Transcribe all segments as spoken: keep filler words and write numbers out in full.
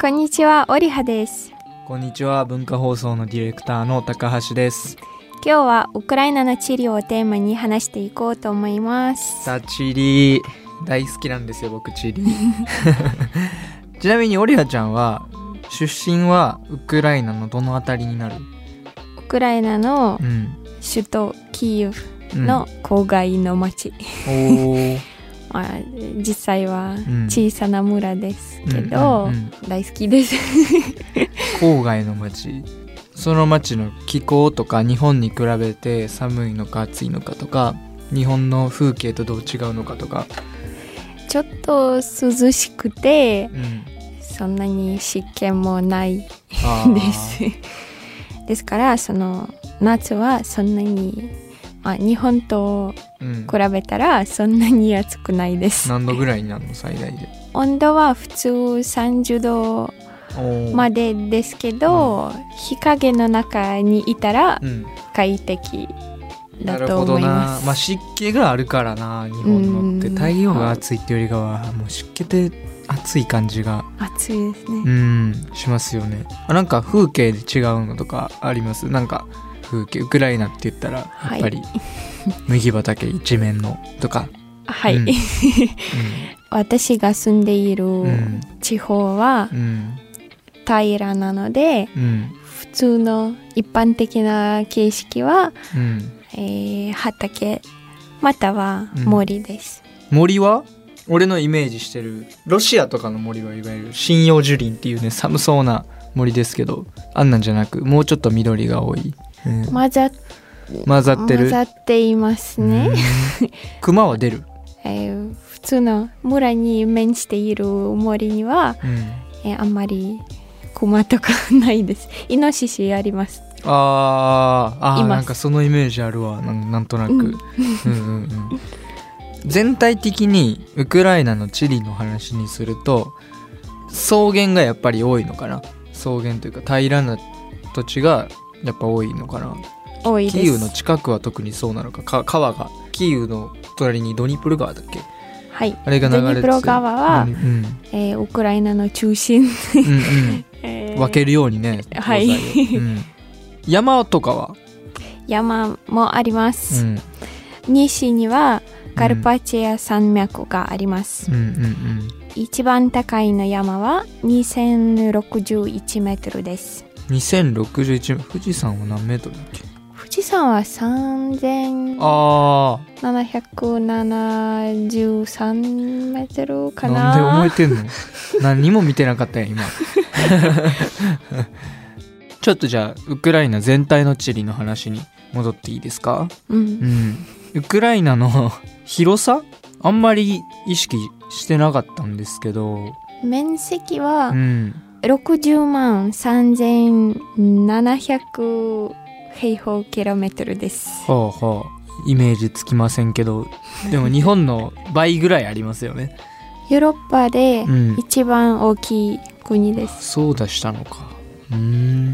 こんにちは、オリハです。 こんにちは、文化放送のディレクターの高橋です。 今日はウクライナの地理をテーマに話していこうと思います。 さあ、地理大好きなんですよ、僕地理ちなみにオリハちゃんは出身はウクライナのどのあたりになる？ ウクライナの首都、うん、キーウの郊外の町、うん、おーまあ、実際は小さな村ですけど、うんうんうんうん、大好きです郊外の町、その町の気候とか日本に比べて寒いのか暑いのかとか、日本の風景とどう違うのかとか。 ちょっと涼しくて、うん、そんなに湿気もないですですからその夏はそんなに、まあ、日本と比べたらそんなに暑くないです、 うん、何度ぐらいになるの最大で？ 温度は普通さんじゅうどまでですけど、うん、日陰の中にいたら快適だと思います。なるほどな。 まあ、湿気があるからな、日本のって太陽が暑いっていうよりかはもう湿気で暑い感じが暑いですね。 うんしますよね。なんか風景で違うのとかあります？なんか風景ウクライナって言ったらやっぱり、はい、麦畑一面のとかはい、うんうん、私が住んでいる地方は、うん、平らなので、うん、普通の一般的な景色は、うんえー、畑または森です、 うん、森は俺のイメージしてるロシアとかの森はいわゆる針葉樹林っていうね寒そうな森ですけど、あんなんじゃなくもうちょっと緑が多い、うん、 混ざっ混ざってる混ざっていますね。 熊は出る？ えー、普通の村に面している森には、うんえー、あんまり熊とかないです。イノシシあります。 あーあーなんかそのイメージあるわ。 な, なんとなく、うんうんうん、全体的にウクライナの地理の話にすると草原がやっぱり多いのかな。草原というか平らな土地がやっぱ多いのかな。 多いです。 キーウの近くは特にそうなのか。か川がキーウの隣にドニプル川だっけ？ はい、 あれが流れてドニプル川は、うんうんえー、ウクライナの中心、うんうんえー、分けるようにね、 はい、 うん、山とかは？ 山もあります、うん、西にはカルパチア山脈があります、うんうんうんうん、一番高いの山はにせんろくじゅういちメートルです。 にせんろくじゅういち、富士山は何メートルだっけ？ 富士山はさんぜんななひゃくななじゅうさんメートルかな。 なんで覚えてんの？何も見てなかったよ今ちょっとじゃあウクライナ全体の地理の話に戻っていいですか？うん、うん、ウクライナの広さあんまり意識してなかったんですけど、 面積は、うんろくじゅうまんさんぜんななひゃく平方キロメートルです。 はあはあ、イメージつきませんけどでも日本の倍ぐらいありますよね。 ヨーロッパで一番大きい国です、うん、 そうだしたのか。うーん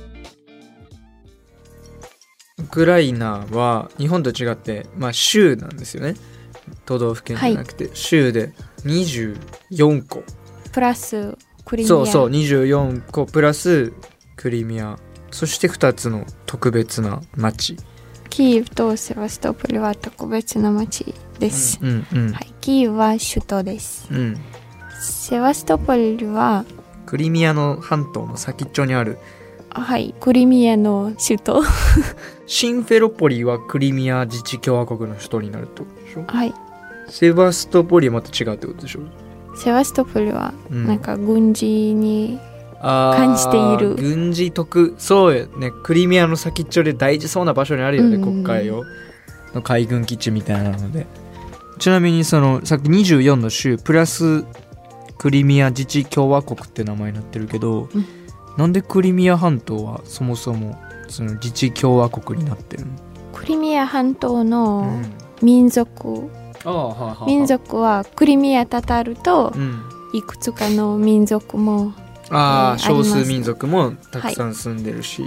ウクライナは日本と違って、まあ、州なんですよね。都道府県じゃなくて、はい、州でにじゅうよんこプラスクリミア。 そうそうにじゅうよんこプラスクリミア、そしてふたつの特別な町。 キーウとセバストポリは特別な町です、うんうんうんはい、キーウは首都です、うん、セバストポリはクリミアの半島の先っちょにある。 はいクリミアの首都シンフェロポリはクリミア自治共和国の首都になるってことでしょ。 はい。 セバストポリはまた違うってことでしょ。 セバストポリはなんか軍事に感じている、 うん、軍事特そうよね。クリミアの先っちょで大事そうな場所にあるよね、うん、国会をの海軍基地みたいなので。ちなみにそのさっきにじゅうよんの州プラスクリミア自治共和国って名前になってるけど、うん、なんでクリミア半島はそもそもその自治共和国になってるの？ クリミア半島の民族、うん、ああはあはあ、民族はクリミアタタールといくつかの民族も、 うんあえー、少数民族もたくさん住んでるし、はい、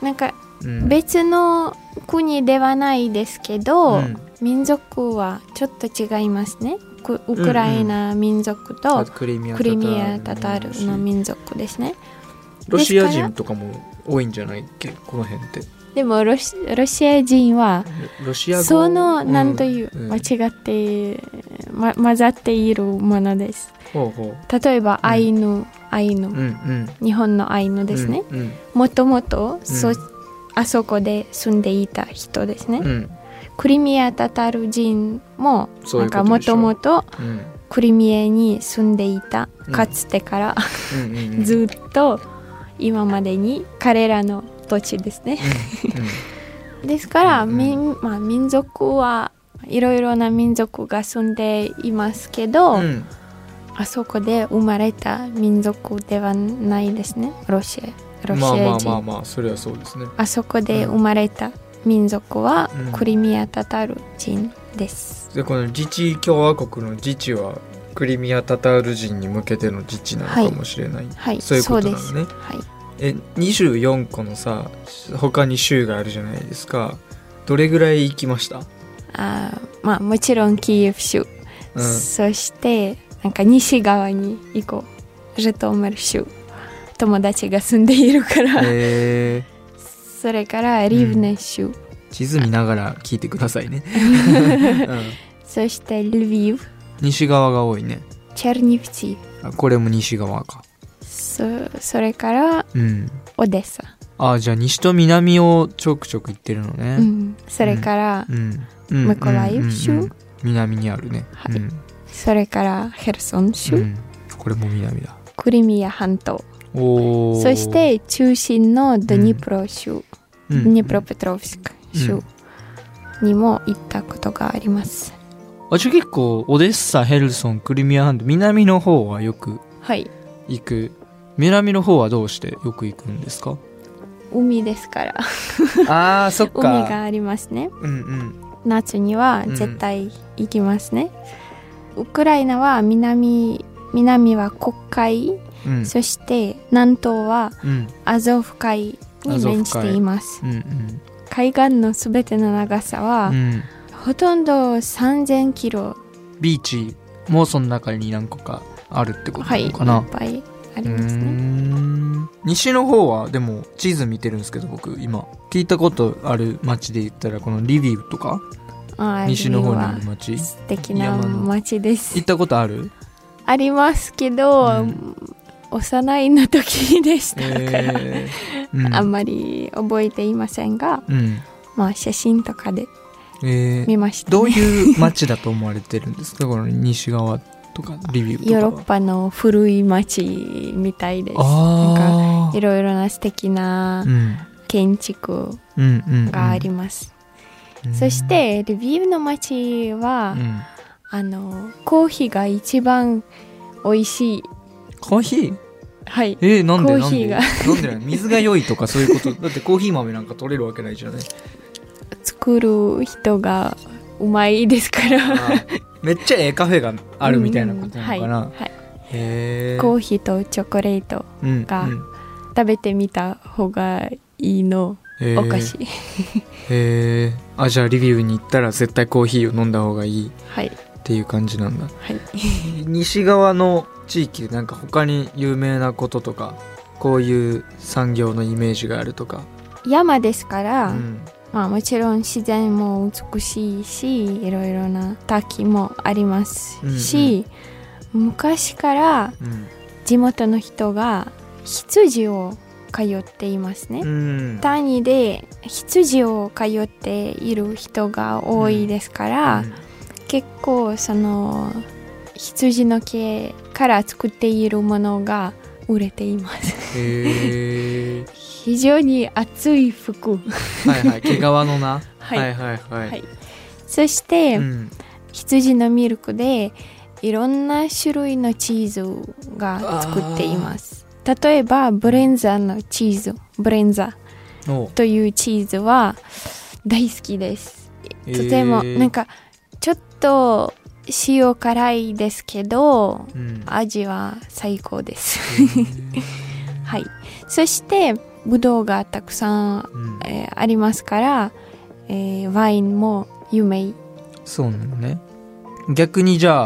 なんか別の国ではないですけど、うん、民族はちょっと違いますね。 クウクライナ民族と、 うんうん、クリミアクリミアタタールの民族ですね。 ロシア人とかも多いんじゃないっけこの辺って。 でもロシ、ロシア人はロシア語その何という、うん、間違って、ま、混ざっているものです。 ほうほう。 例えばアイヌ、うん、アイヌ、 うんうん、 日本のアイヌですね、うんうん、もともとそ、うん、あそこで住んでいた人ですね、うん、クリミアタタール人もなんかもともとクリミアに住んでいた、うん、かつてから、うんうんうん、ずっと今までに彼らの土地ですね、うんうん、ですから、うんうんまあ、民族はいろいろな民族が住んでいますけど、うん、あそこで生まれた民族ではないですね。ロシアロシア人、まあまあまあまあそれはそうですね。 あそこで生まれた民族はクリミアタタール人です、 うん、でこの自治共和国の自治はクリミアタタール人に向けての自治なのかもしれない、はいはい、そういうことなのね。はい、えにじゅうよんこのさ他に州があるじゃないですか。どれぐらい行きました？ あ、まあ、もちろんキエフ州、うん、そしてなんか西側に行こうジトーミル州友達が住んでいるから、えー、それからリブネ州、うん、 地図見ながら聞いてくださいね、 うん、そしてルビーブ西側が多いね。 チェルニフツィあこれも西側か。 そ, それから、うん、オデッサ。 あじゃあ西と南をちょくちょく行ってるのね、 うん、それから、うんうん、ミコライフ州、うんうんうん、 南にあるね、 はいうん、それからヘルソン州、うん、 これも南だ。 クリミア半島、おそして中心のドニプロ州、うん、ドニプロペトロフスク州にも行ったことがあります、 うん、あじゃあ結構オデッサ、ヘルソン、クリミア半島南の方はよく行く、はい、南の方はどうしてよく行くんですか？ 海ですからあーそっか海がありますね、うんうん、夏には絶対行きますね、うん、ウクライナは南、南は黒海、うん、そして南東はアゾフ海に面しています、うんうん、海岸のすべての長さは、うん、ほとんどさんぜんキロ。 ビーチもその中に何個かあるってことなのかな。 はい、いっぱいありますね。 西の方はでも地図見てるんですけど僕今聞いたことある町で言ったらこのリビウとかあ西の方にある町素敵な町です。 行ったことある？ ありますけど、うん、幼いの時でしたから、えーうん、あんまり覚えていませんが、うん、まあ写真とかで見ましたね、 えー、どういう町だと思われてるんですかこの西側とかリビウとか。 ヨーロッパの古い町みたいです。なんかいろいろな素敵な建築があります、うんうんうんうん、そしてリビウの町は、うん、あのコーヒーが一番美味しい。 コーヒー？ はい。 えー、なんでなんでなんでなんで水が良いとかそういうことだってコーヒー豆なんか取れるわけないじゃない。 作る人がうまいですからめっちゃええカフェがあるみたいなことなのかな、うんはいはい、 へーコーヒーとチョコレートが食べてみた方がいいの、うん、お菓子へーあじゃあリビウに行ったら絶対コーヒーを飲んだ方がいい、はい、っていう感じなんだ、はい、西側の地域でなんか他に有名なこととかこういう産業のイメージがあるとか。 山ですから、うんまあ、もちろん自然も美しいしいろいろな滝もありますし、うんうん、昔から地元の人が羊を通っていますね、うん、谷で羊を通っている人が多いですから、うんうん、結構その羊の毛から作っているものが売れていますへー非常に厚い服はいはい毛皮のな、はい、はいはいはい、はい、 そして、うん、羊のミルクでいろんな種類のチーズが作っています。例えばブレンザのチーズブレンザというチーズは大好きです。とてもなんかちょっと塩辛いですけど、うん、味は最高ですはいそしてブドウがたくさん、うんえー、ありますから、えー、ワインも有名。 そうなのね。逆にじゃあ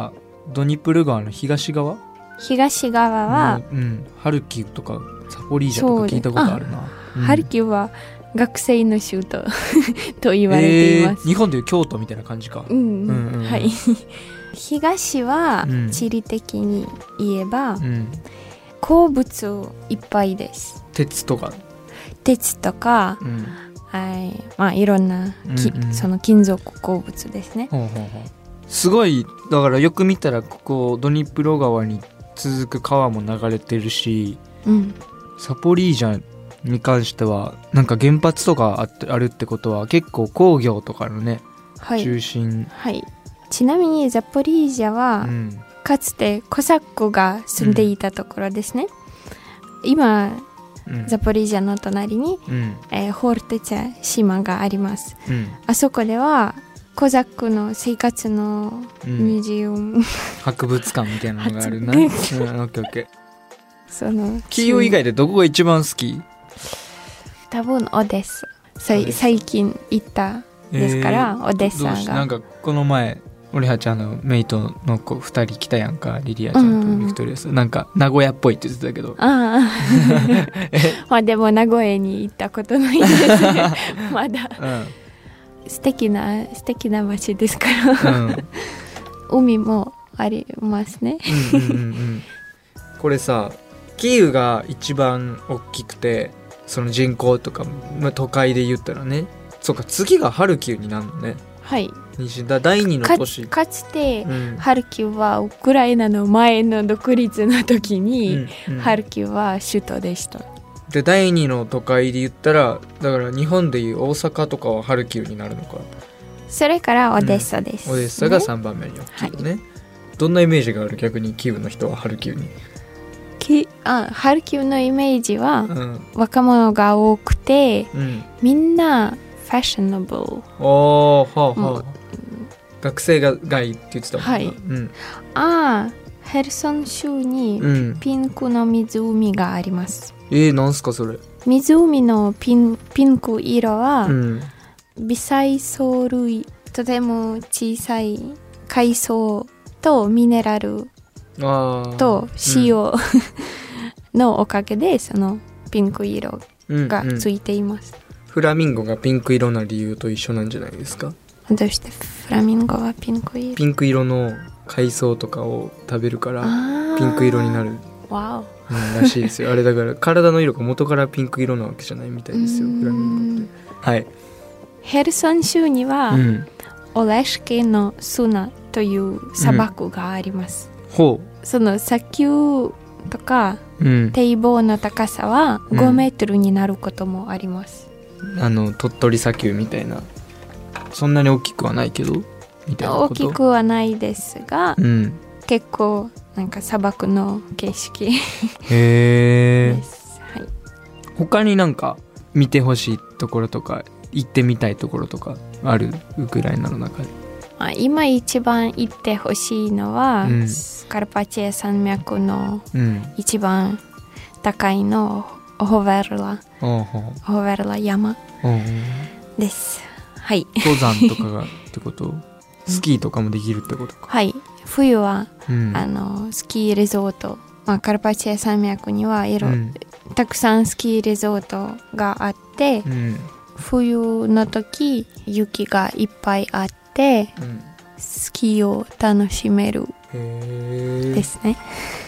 ドニプル川の東側東側は、 うん、ハルキウとかザポリージャとか聞いたことあるな。 うん、ハルキウは学生の州都と言われています、 えー、日本でいう京都みたいな感じか。 うん、うんうん、はい。東は地理的に言えば、うん、鉱物いっぱいです。 鉄とか鉄とか、うん、はい、まあいろんな、うんうん、その金属鉱物ですね。 ほうほうほう。すごいだからよく見たらここドニプロ川に続く川も流れてるし、うん、サポリージャに関してはなんか原発とか あ, ってあるってことは結構工業とかのね、はい、中心、 はい、ちなみにザポリージャは、うん、かつてコサックが住んでいたところですね、うん、今、うん、ザポリージャの隣に、うんえー、ホルテチャ島があります、うん、あそこではコザックの生活のミュージアム、うん、 博物館みたいなのがあるな、うん、オッケーオッケー。 そのキーウ以外でどこが一番好き？ 多分オデッサ。最近行ったですから、えー、オデッサがなんかこの前オリハちゃんのメイトの子ふたり来たやんか、リリアちゃんとビクトリアさん、うん、なんか名古屋っぽいって言ってたけど、あまあでも名古屋に行ったことないですねまだ、うん、素敵な素敵な街ですから、うん、海もありますねうんうん、うん、 これさキーウが一番大きくてその人口とか、まあ、都会で言ったらね、そうか次がハルキウになるのね。 はい西だ第二の都市か, かつて、うん、ハルキウはウクライナの前の独立の時に、うんうん、ハルキウは首都でした。 で第二の都会で言ったらだから日本でいう大阪とかはハルキウになるのか。 それからオデッサです、 うん、オデッサがさんばんめに大きいよね、はい、どんなイメージがある逆にキーウの人はハルキウに。 あハルキウのイメージは、うん、若者が多くて、うん、みんなファッショナブル。 おーはあはあ、学生ががいいって言ってたもんね。はい、うん、 あヘルソン州にピンクの湖があります、 うん、えー、なんすかそれ。 湖のピン、ピンク色は、うん、微細藻類とても小さい海藻とミネラルと塩、うん、のおかげでそのピンク色がついています、うんうん、 フラミンゴがピンク色な理由と一緒なんじゃないですか。 どうしてフラミンゴはピンク色？ ピンク色の海藻とかを食べるからピンク色になる。 わお、 うん、らしいですよあれだから体の色が元からピンク色なわけじゃないみたいですよフラミンゴって。はい。 ヘルソン州には、うん、オレシケのスナという砂漠があります、うん、 ほう。 その砂丘とか、うん、堤防の高さはごメートルになることもあります、 うん、あの鳥取砂丘みたいな。そんなに大きくはないけどみたいなこと。 大きくはないですが、うん、結構なんか砂漠の景色へーです、はい、他になんか見てほしいところとか行ってみたいところとかある？ウクライナの中で。 まあ、今一番行ってほしいのは、うん、カルパチア山脈の一番高いのオホベルラ、うん、オホベルラ山です、はい、 登山とかがってことスキーとかもできるってことか。 はい、冬は、うん、あのスキーリゾート、まあ、カルパチア山脈にはいろ、うん、たくさんスキーリゾートがあって、うん、冬の時雪がいっぱいあってで、うん、スキーを楽しめるですね。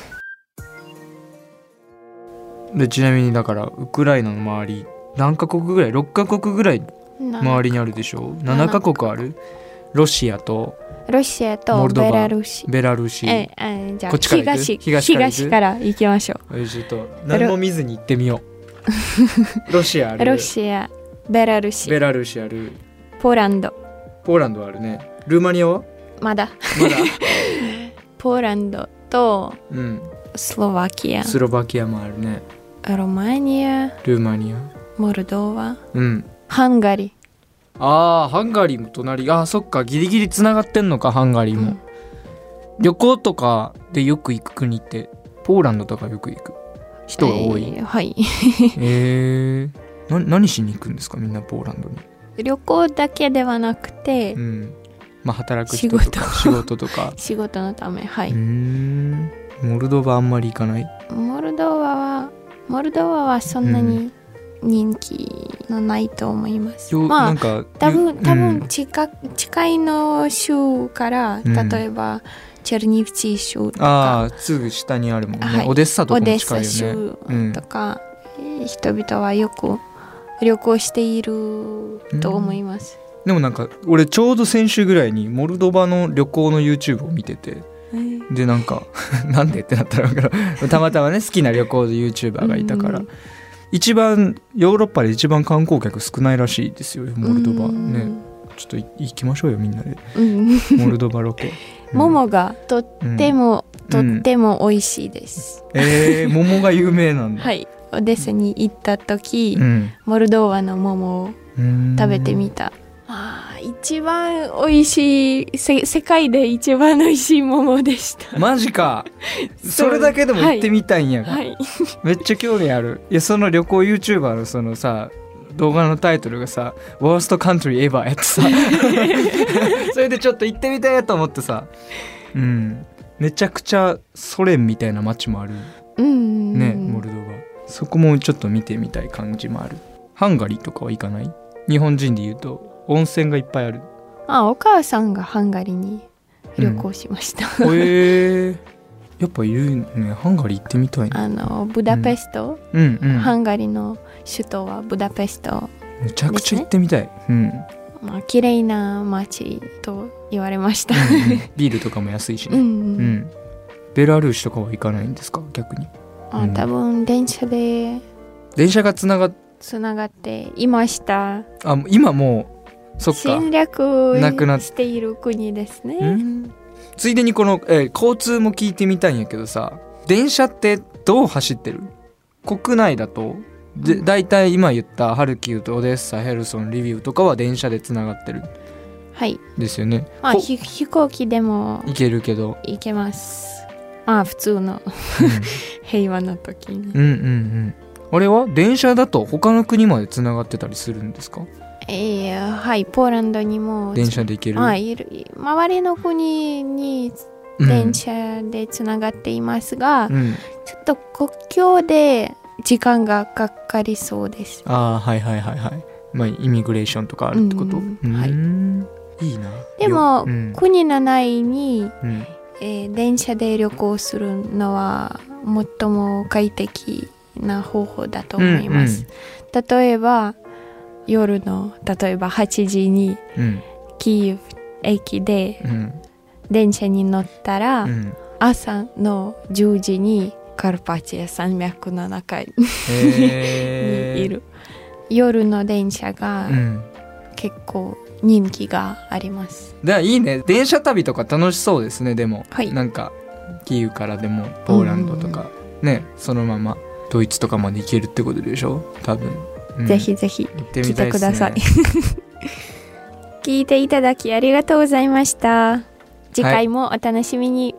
でちなみにだからウクライナの周り何カ国ぐらいろっカ国ぐらい周りにあるでしょ。ななカ国ある。ロシアとロシアとベラルーシベラルーシええじゃあこっちから東東から東から行きましょう。ちょっと何も見ずに行ってみようロシアある。 ロシアベラルーシベラルーシある。 ポーランドポーランドあるね。ルーマニアはまだまだポーランドと、うん、スロバキアスロバキアもあるね。 ロマニアルーマニアモルドバ、うん、ハンガリー。 あーハンガリーも隣。あーそっかギリギリつながってんのかハンガリーも、うん、旅行とかでよく行く国ってポーランドとかよく行く人が多い、 えー、はいえー、な何しに行くんですかみんなポーランドに。 旅行だけではなくて、うん、 まあ、働く人とか仕事とか仕事のため、はい。 うーん、モルドバあんまり行かない？ モルドバはモルドバはそんなに人気のないと思います、 うん、 まあなんか多分多分近、うん、近いの州から例えば、うん、チェルニフチー州とか、 あすぐ下にあるもんね、はい、オオデッサとかも近いよね。 オデッサ州とか、うん、人々はよく旅行していると思います、 うん、でもなんか俺ちょうど先週ぐらいにモルドバの旅行の YouTube を見てて、でなんかなんでってなったらたまたまね好きな旅行で YouTuber がいたから、うん、一番ヨーロッパで一番観光客少ないらしいですよモルドバ、うん、ね。ちょっと行きましょうよみんなで、うん、モルドバロケ、 うん、桃がとっても、うん、とっても美味しいです、 うん、えー、桃が有名なんだはい、オデッサに行った時、うん、モルドバの桃を食べてみた。あ一番美味しいせ世界で一番美味しい桃でした。 マジかそれだけでも行ってみたいんやが、はいはい、めっちゃ興味ある。いやその旅行 YouTuber のそのさ動画のタイトルがさ Worst Country Ever やってさそれでちょっと行ってみたいと思ってさ、うん、めちゃくちゃソ連みたいな街もある、うん、ねモルドバ。そこもちょっと見てみたい感じもある。ハンガリーとかは行かない？日本人で言うと温泉がいっぱいある。 あ、お母さんがハンガリーに旅行しました、 うん、えー、やっぱいるね。ハンガリー行ってみたいね。 あのブダペスト、うんうんうん、ハンガリーの首都はブダペスト、ね、 めちゃくちゃ行ってみたい、うんまあ、綺麗な街と言われました、 うんうん、ビールとかも安いしね、うんうんうん、ベラルーシとかは行かないんですか逆に？ あ、多分電車で電車がつながっつながっていました。 あ、今もうそっか侵略している国ですね、うん、 ついでにこの、えー、交通も聞いてみたいんやけどさ、電車ってどう走ってる？国内だとでだいたい今言ったハルキウとオデッサ、ヘルソン、リビウとかは電車でつながってる、 はいですよね。 まあ、飛行機でも行けるけど行けます。まあ普通の、うん、平和の時に。 うんうんうん。あれは電車だと他の国までつながってたりするんですか？ えー、はい、ポーランドにも電車で行ける、 はい、周りの国に電車でつながっていますが、うん、ちょっと国境で時間がかかりそうです。 ああ、はいはいはいはい、まあ、イミグレーションとかあるってこと、うんうん、はい、いいな。 でも、うん、国の内に、うんえー、電車で旅行するのは最も快適な方法だと思います、うんうん、例えば夜の例えばはちじにキーウ駅で電車に乗ったら、うん、朝のじゅうじにカルパチア山脈の中にいる。夜の電車が結構人気があります。 だいいね。電車旅とか楽しそうですね。でも、はい、なんかキーウからでもポーランドとか、うん、ね、そのままドイツとかまで行けるってことでしょ多分、うん、 ぜひぜひ来てください。聞いていただきありがとうございました。次回もお楽しみに。はい。